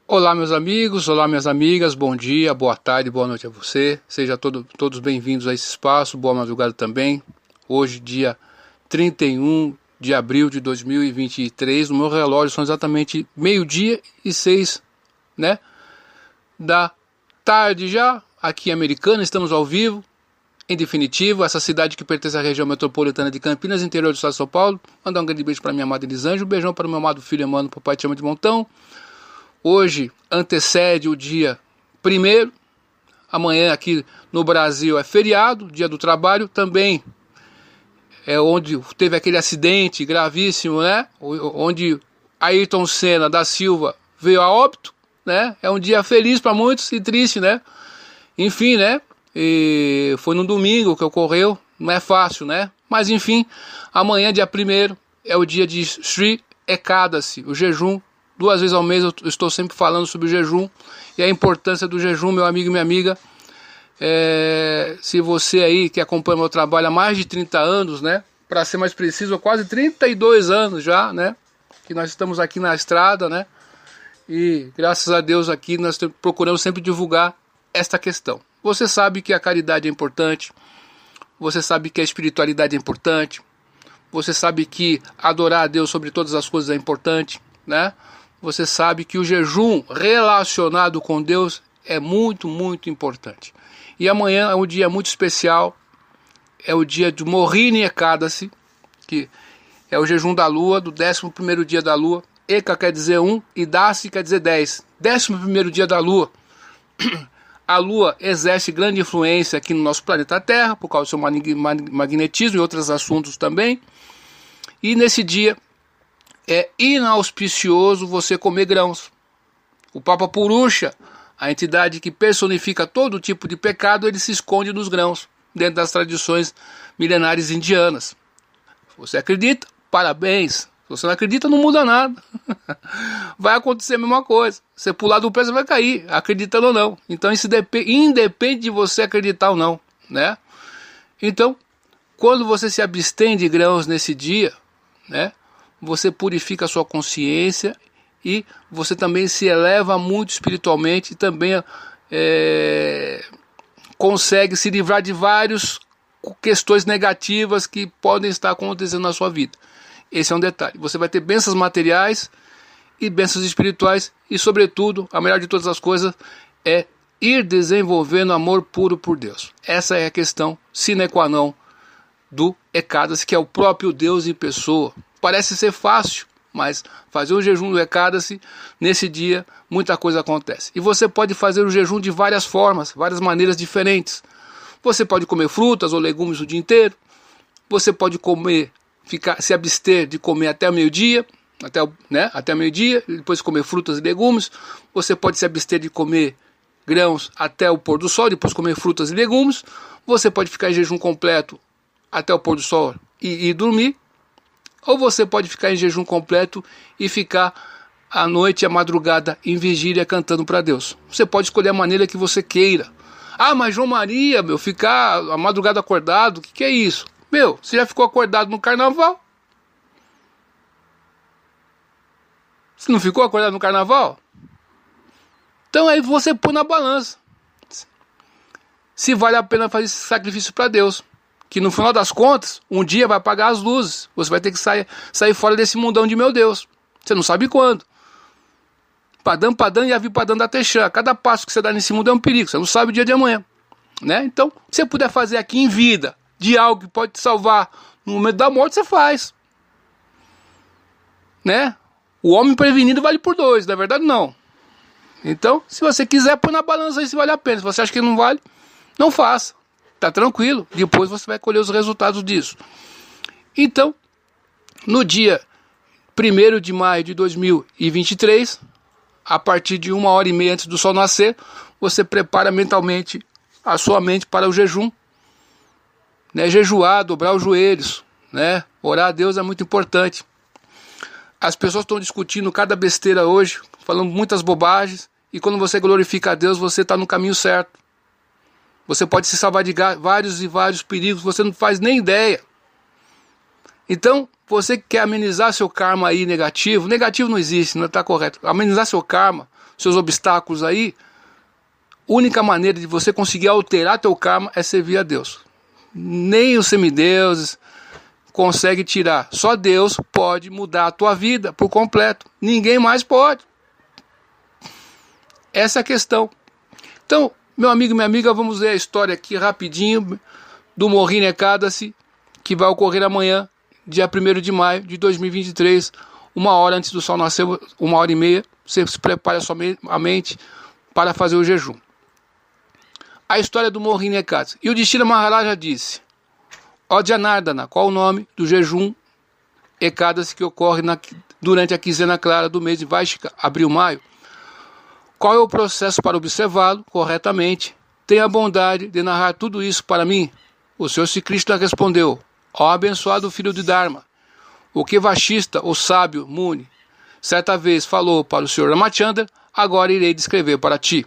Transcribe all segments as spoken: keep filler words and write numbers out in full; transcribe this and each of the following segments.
Olá meus amigos, olá minhas amigas, bom dia, boa tarde, boa noite a você. Sejam todo, todos bem-vindos a esse espaço, boa madrugada também. Hoje, dia trinta e um de abril de dois mil e vinte e três, no meu relógio são exatamente meio-dia e seis, né, da tarde já, aqui em Americana, estamos ao vivo. Em definitivo, essa cidade que pertence à região metropolitana de Campinas, interior do estado de São Paulo. Mandar um grande beijo para minha amada Elisângela, um beijão para o meu amado filho Emmanuel, papai te ama de montão. Hoje antecede o dia primeiro, amanhã aqui no Brasil é feriado, dia do trabalho, também é onde teve aquele acidente gravíssimo, né? Onde Ayrton Senna da Silva veio a óbito, né? É um dia feliz para muitos e triste, né? Enfim, né? E foi no domingo que ocorreu, não é fácil, né? Mas enfim, amanhã, dia primeiro, é o dia de Sri Ekadasi, o jejum. Duas vezes ao mês eu estou sempre falando sobre o jejum e a importância do jejum, meu amigo e minha amiga. É, se você aí que acompanha meu trabalho há mais de trinta anos, né? Para ser mais preciso, há quase trinta e dois anos já, né? Que nós estamos aqui na estrada, né? E graças a Deus aqui nós procuramos sempre divulgar esta questão. Você sabe que a caridade é importante, você sabe que a espiritualidade é importante, você sabe que adorar a Deus sobre todas as coisas é importante, né? Você sabe que o jejum relacionado com Deus é muito, muito importante. E amanhã é um dia muito especial, é o dia de Mohini Ekadasi, que é o jejum da lua, do décimo primeiro dia da lua. Eka quer dizer um e Dasi quer dizer dez. Décimo primeiro dia da lua. A lua exerce grande influência aqui no nosso planeta Terra, por causa do seu magnetismo e outros assuntos também. E nesse dia é inauspicioso você comer grãos. O Papa Purusha, a entidade que personifica todo tipo de pecado, ele se esconde nos grãos, dentro das tradições milenares indianas. Se você acredita, parabéns. Se você não acredita, não muda nada. Vai acontecer a mesma coisa. Você pular do pé, você vai cair, acreditando ou não. Então isso independe de você acreditar ou não, né? Então, quando você se abstém de grãos nesse dia, né, você purifica a sua consciência e você também se eleva muito espiritualmente e também é, consegue se livrar de várias questões negativas que podem estar acontecendo na sua vida. Esse é um detalhe. Você vai ter bênçãos materiais e bênçãos espirituais e, sobretudo, a melhor de todas as coisas é ir desenvolvendo amor puro por Deus. Essa é a questão sine qua non do Ekadasi, que é o próprio Deus em pessoa. Parece ser fácil, mas fazer o jejum do Ekadasi, nesse dia, muita coisa acontece. E você pode fazer o jejum de várias formas, várias maneiras diferentes. Você pode comer frutas ou legumes o dia inteiro. Você pode comer, ficar, se abster de comer até o meio-dia, até, né, até meio-dia, depois comer frutas e legumes. Você pode se abster de comer grãos até o pôr do sol, depois comer frutas e legumes. Você pode ficar em jejum completo até o pôr do sol e, e dormir. Ou você pode ficar em jejum completo e ficar à noite e à madrugada em vigília cantando para Deus. Você pode escolher a maneira que você queira. Ah, mas João Maria, meu, ficar a madrugada acordado, o que, que é isso? Meu, você já ficou acordado no carnaval? Você não ficou acordado no carnaval? Então aí você põe na balança se vale a pena fazer esse sacrifício para Deus. Que no final das contas, um dia vai apagar as luzes. Você vai ter que sair, sair fora desse mundão de meu Deus. Você não sabe quando. Padam, padam e avi padam da Texã. Cada passo que você dá nesse mundo é um perigo. Você não sabe o dia de amanhã, né? Então, se você puder fazer aqui em vida, de algo que pode te salvar no momento da morte, você faz. Né? O homem prevenido vale por dois, na verdade não. Então, se você quiser, põe na balança aí se vale a pena. Se você acha que não vale, não faça. Tá tranquilo, depois você vai colher os resultados disso. Então, no dia primeiro de maio de dois mil e vinte e três, a partir de uma hora e meia antes do sol nascer, você prepara mentalmente a sua mente para o jejum, né? Jejuar, dobrar os joelhos, né? Orar a Deus é muito importante. As pessoas estão discutindo cada besteira hoje, falando muitas bobagens, e quando você glorifica a Deus, você está no caminho certo. Você pode se salvar de vários e vários perigos, você não faz nem ideia. Então, você que quer amenizar seu karma aí negativo, negativo não existe, não está correto, amenizar seu karma, seus obstáculos aí, única maneira de você conseguir alterar teu karma é servir a Deus. Nem os semideuses conseguem tirar, só Deus pode mudar a tua vida por completo, ninguém mais pode. Essa é a questão. Então, meu amigo e minha amiga, vamos ver a história aqui rapidinho do Mohini Ekadasi, que vai ocorrer amanhã, dia primeiro de maio de dois mil e vinte e três, uma hora antes do sol nascer, uma hora e meia, você se prepare a sua mente para fazer o jejum. A história do Mohini Ekadasi. E o Dishira Maharaja disse: ó Janardana, qual o nome do jejum Ekadasi que ocorre na, durante a quinzena clara do mês de Vaishika, abril-maio? Qual é o processo para observá-lo corretamente? Tenha a bondade de narrar tudo isso para mim. O Senhor Sri Krishna respondeu: ó abençoado filho de Dharma, o que Vashista, o sábio Muni, certa vez falou para o senhor Ramachandra, agora irei descrever para ti.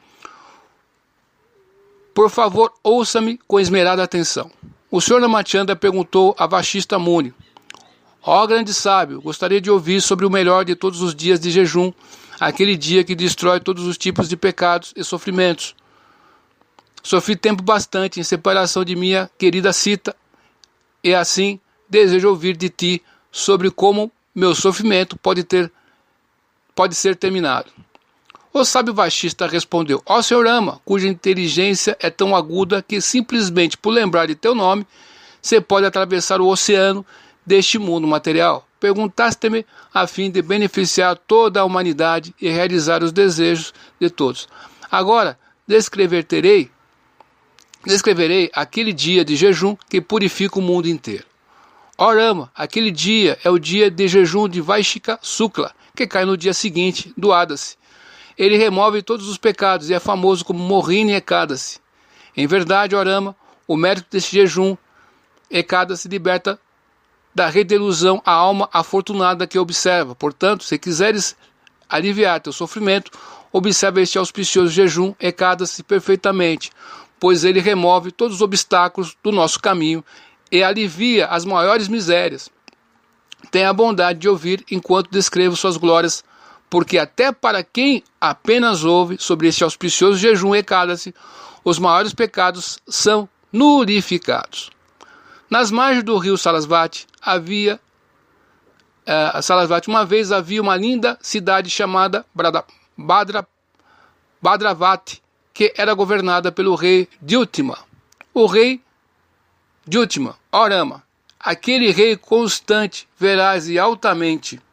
Por favor, ouça-me com esmerada atenção. O senhor Ramachandra perguntou a Vashista Muni: ó grande sábio, gostaria de ouvir sobre o melhor de todos os dias de jejum, aquele dia que destrói todos os tipos de pecados e sofrimentos. Sofri tempo bastante em separação de minha querida Sita, e assim desejo ouvir de ti sobre como meu sofrimento pode, ter, pode ser terminado. O sábio Vashista respondeu: ó senhor Rama, cuja inteligência é tão aguda que simplesmente por lembrar de teu nome, você pode atravessar o oceano deste mundo material. Perguntaste-me a fim de beneficiar toda a humanidade e realizar os desejos de todos. Agora, descrever-terei Descreverei aquele dia de jejum que purifica o mundo inteiro. Ó Rama, aquele dia é o dia de jejum de Vaishika Sukla, que cai no dia seguinte do Adasi. Ele remove todos os pecados e é famoso como Mohini Ekadasi. Em verdade, ó Rama, o mérito desse jejum Ekadasi liberta da rede de ilusão a alma afortunada que observa. Portanto, se quiseres aliviar teu sofrimento, observa este auspicioso jejum Ekadasi perfeitamente, pois ele remove todos os obstáculos do nosso caminho e alivia as maiores misérias. Tenha a bondade de ouvir enquanto descrevo suas glórias, porque até para quem apenas ouve sobre este auspicioso jejum Ekadasi, os maiores pecados são nullificados. Nas margens do rio Sarasvati, havia, uh, Sarasvati, uma vez havia uma linda cidade chamada Brada, Badra, Badravati, que era governada pelo rei Dyutima. O rei Dyutima, ó Rama, aquele rei constante, veraz e altamente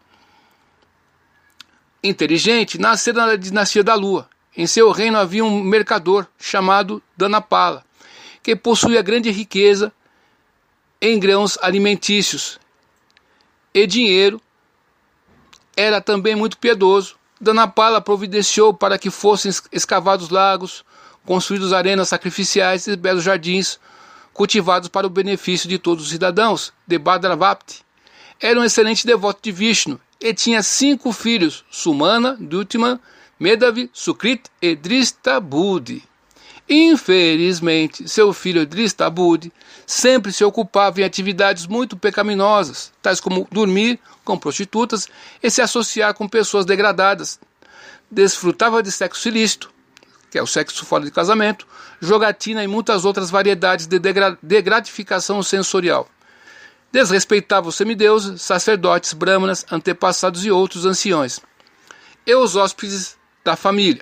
inteligente, nasceu na dinastia da lua. Em seu reino havia um mercador chamado Dhanapala, que possuía grande riqueza em grãos alimentícios e dinheiro. Era também muito piedoso. Dhanapala providenciou para que fossem escavados lagos, construídos arenas sacrificiais e belos jardins, cultivados para o benefício de todos os cidadãos de Badravati. Era um excelente devoto de Vishnu e tinha cinco filhos: Sumana, Dyutima, Medavi, Sukrit e Drishtabudi. Infelizmente, seu filho Drishtabudi sempre se ocupava em atividades muito pecaminosas, tais como dormir com prostitutas e se associar com pessoas degradadas. Desfrutava de sexo ilícito, que é o sexo fora de casamento, jogatina e muitas outras variedades de, de gratificação sensorial. Desrespeitava os semideuses, sacerdotes, brahmanas, antepassados e outros anciões, e os hóspedes da família.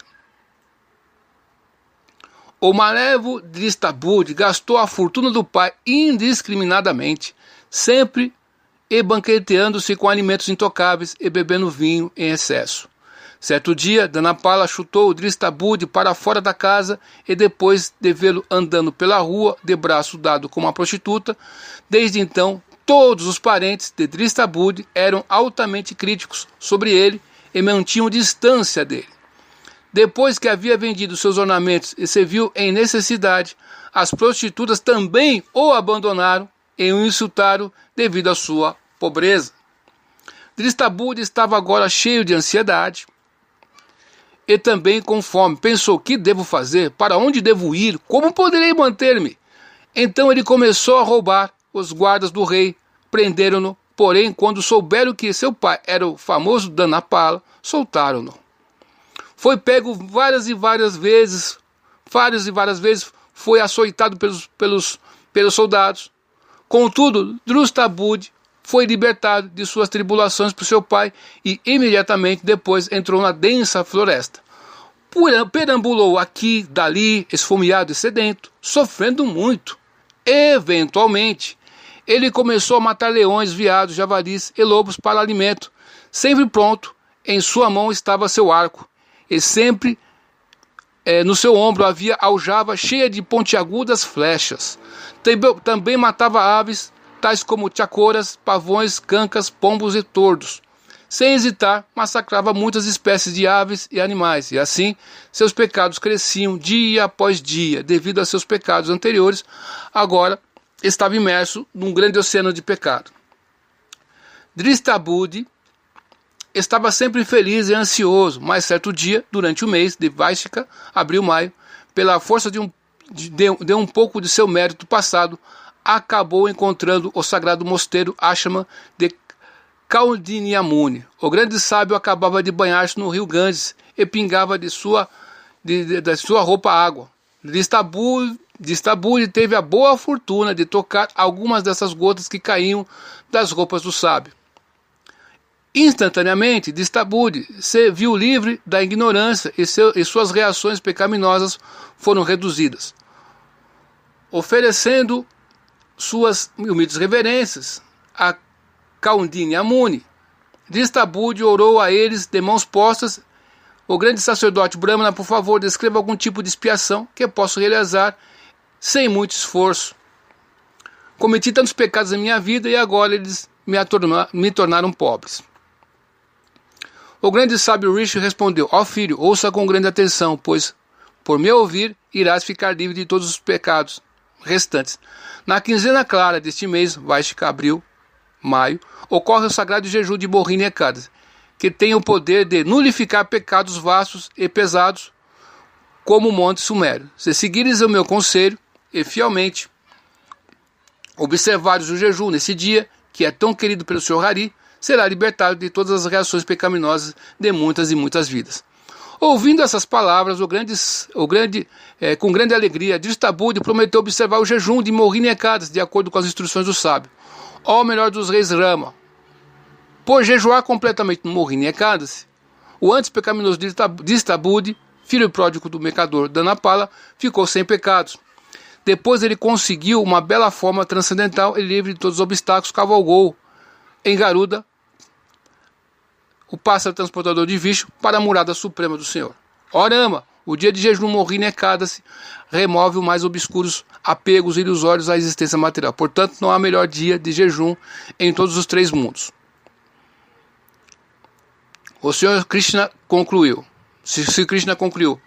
O malévo Drishtabudi gastou a fortuna do pai indiscriminadamente, sempre e banqueteando-se com alimentos intocáveis e bebendo vinho em excesso. Certo dia, Dhanapala chutou o Drishtabudi para fora da casa e depois de vê-lo andando pela rua de braço dado com uma prostituta, desde então todos os parentes de Drishtabudi eram altamente críticos sobre ele e mantinham distância dele. Depois que havia vendido seus ornamentos e se viu em necessidade, as prostitutas também o abandonaram e o insultaram devido à sua pobreza. Drishtabudi estava agora cheio de ansiedade e também com fome. Pensou: que devo fazer? Para onde devo ir? Como poderei manter-me? Então ele começou a roubar. Os guardas do rei prenderam-no Porém, quando souberam que seu pai era o famoso Dhanapala, soltaram-no. Foi pego várias e várias vezes, várias e várias vezes, foi açoitado pelos, pelos, pelos soldados. Contudo, Drustabud foi libertado de suas tribulações por seu pai e imediatamente depois entrou na densa floresta. Perambulou aqui, dali, esfomeado e sedento, sofrendo muito. Eventualmente, ele começou a matar leões, veados, javalis e lobos para alimento. Sempre pronto, em sua mão estava seu arco, e sempre é, no seu ombro havia aljava cheia de pontiagudas flechas. Também matava aves, tais como tchacoras, pavões, cancas, pombos e tordos. Sem hesitar, massacrava muitas espécies de aves e animais, e assim seus pecados cresciam dia após dia, devido a seus pecados anteriores. Agora estava imerso num grande oceano de pecado. Drustabud estava sempre feliz e ansioso, mas certo dia, durante o mês de Vaishika, abril-maio, pela força de um, de, de um pouco de seu mérito passado, acabou encontrando o sagrado mosteiro Ashrama de Kaundinyamuni. O grande sábio acabava de banhar-se no rio Ganges e pingava de sua, de, de, de sua roupa água. Drustabud teve a boa fortuna de tocar algumas dessas gotas que caíam das roupas do sábio. Instantaneamente, Drustabud se viu livre da ignorância e, seu, e suas reações pecaminosas foram reduzidas. Oferecendo suas humildes reverências a Kaundinyamuni, Drustabud orou a eles de mãos postas: o grande sacerdote Brahmana, por favor, descreva algum tipo de expiação que eu possa realizar sem muito esforço. Cometi tantos pecados em minha vida e agora eles me, me tornaram pobres. O grande sábio Rishi respondeu: ó filho, ouça com grande atenção, pois por me ouvir irás ficar livre de todos os pecados restantes. Na quinzena clara deste mês, Vaishika, abril, maio, ocorre o sagrado jejum de Mohini Ekadasi, que tem o poder de nulificar pecados vastos e pesados como o Monte Sumério. Se seguires o meu conselho e fielmente observares o jejum nesse dia, que é tão querido pelo senhor Hari, será libertado de todas as reações pecaminosas de muitas e muitas vidas. Ouvindo essas palavras, o grande, o grande, é, com grande alegria, Drustabud prometeu observar o jejum de Mohini Ekadasi de acordo com as instruções do sábio. Ó melhor dos reis Rama, por jejuar completamente no Mohini Ekadasi, o antes pecaminoso Drustabud, filho pródigo do mercador Dhanapala, ficou sem pecados. Depois ele conseguiu uma bela forma transcendental e livre de todos os obstáculos, cavalgou em Garuda, o pássaro transportador de Vishnu, para a morada suprema do Senhor. Ó Rama, o dia de jejum Mohini Ekadasi remove os mais obscuros apegos ilusórios à existência material. Portanto, não há melhor dia de jejum em todos os três mundos. O Senhor Krishna concluiu. Sri Krishna concluiu.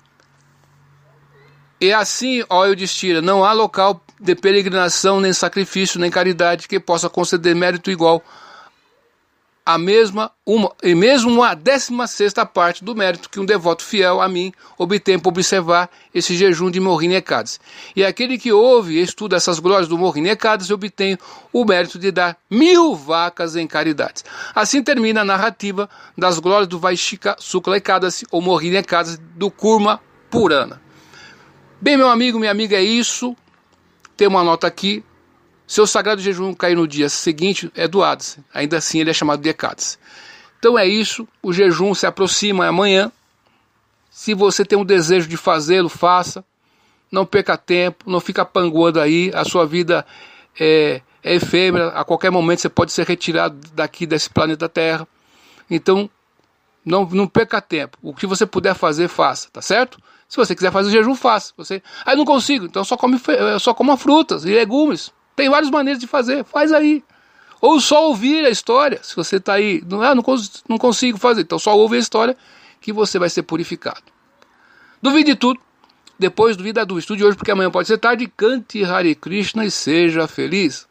E assim, ó Yudhishthira, não há local de peregrinação, nem sacrifício, nem caridade que possa conceder mérito igual a mesma, uma, e mesmo uma décima sexta parte do mérito que um devoto fiel a mim obtém por observar esse jejum de Mohini Ekadasi. E aquele que ouve e estuda essas glórias do Mohini Ekadasi obtém o mérito de dar mil vacas em caridades. Assim termina a narrativa das glórias do Vaishika Sukla Ekadasi, ou Mohini Ekadasi, do Kurma Purana. Bem, meu amigo, minha amiga, é isso. Tem uma nota aqui. Seu sagrado jejum cair no dia seguinte é do Adasi. Ainda assim ele é chamado de Ekadasi. Então é isso. O jejum se aproxima amanhã. Se você tem um desejo de fazê-lo, faça. Não perca tempo. Não fica panguando aí. A sua vida é, é efêmera. A qualquer momento você pode ser retirado daqui desse planeta Terra. Então não, não perca tempo. O que você puder fazer, faça. Tá certo? Se você quiser fazer o jejum, faça. Você... Ah, eu não consigo. Então só come, só coma frutas e legumes. Tem várias maneiras de fazer, faz aí. Ou só ouvir a história, se você está aí, não, ah, não, cons não consigo fazer, então só ouve a história que você vai ser purificado. Duvide de tudo, depois duvida do estude hoje, porque amanhã pode ser tarde. Cante Hare Krishna e seja feliz.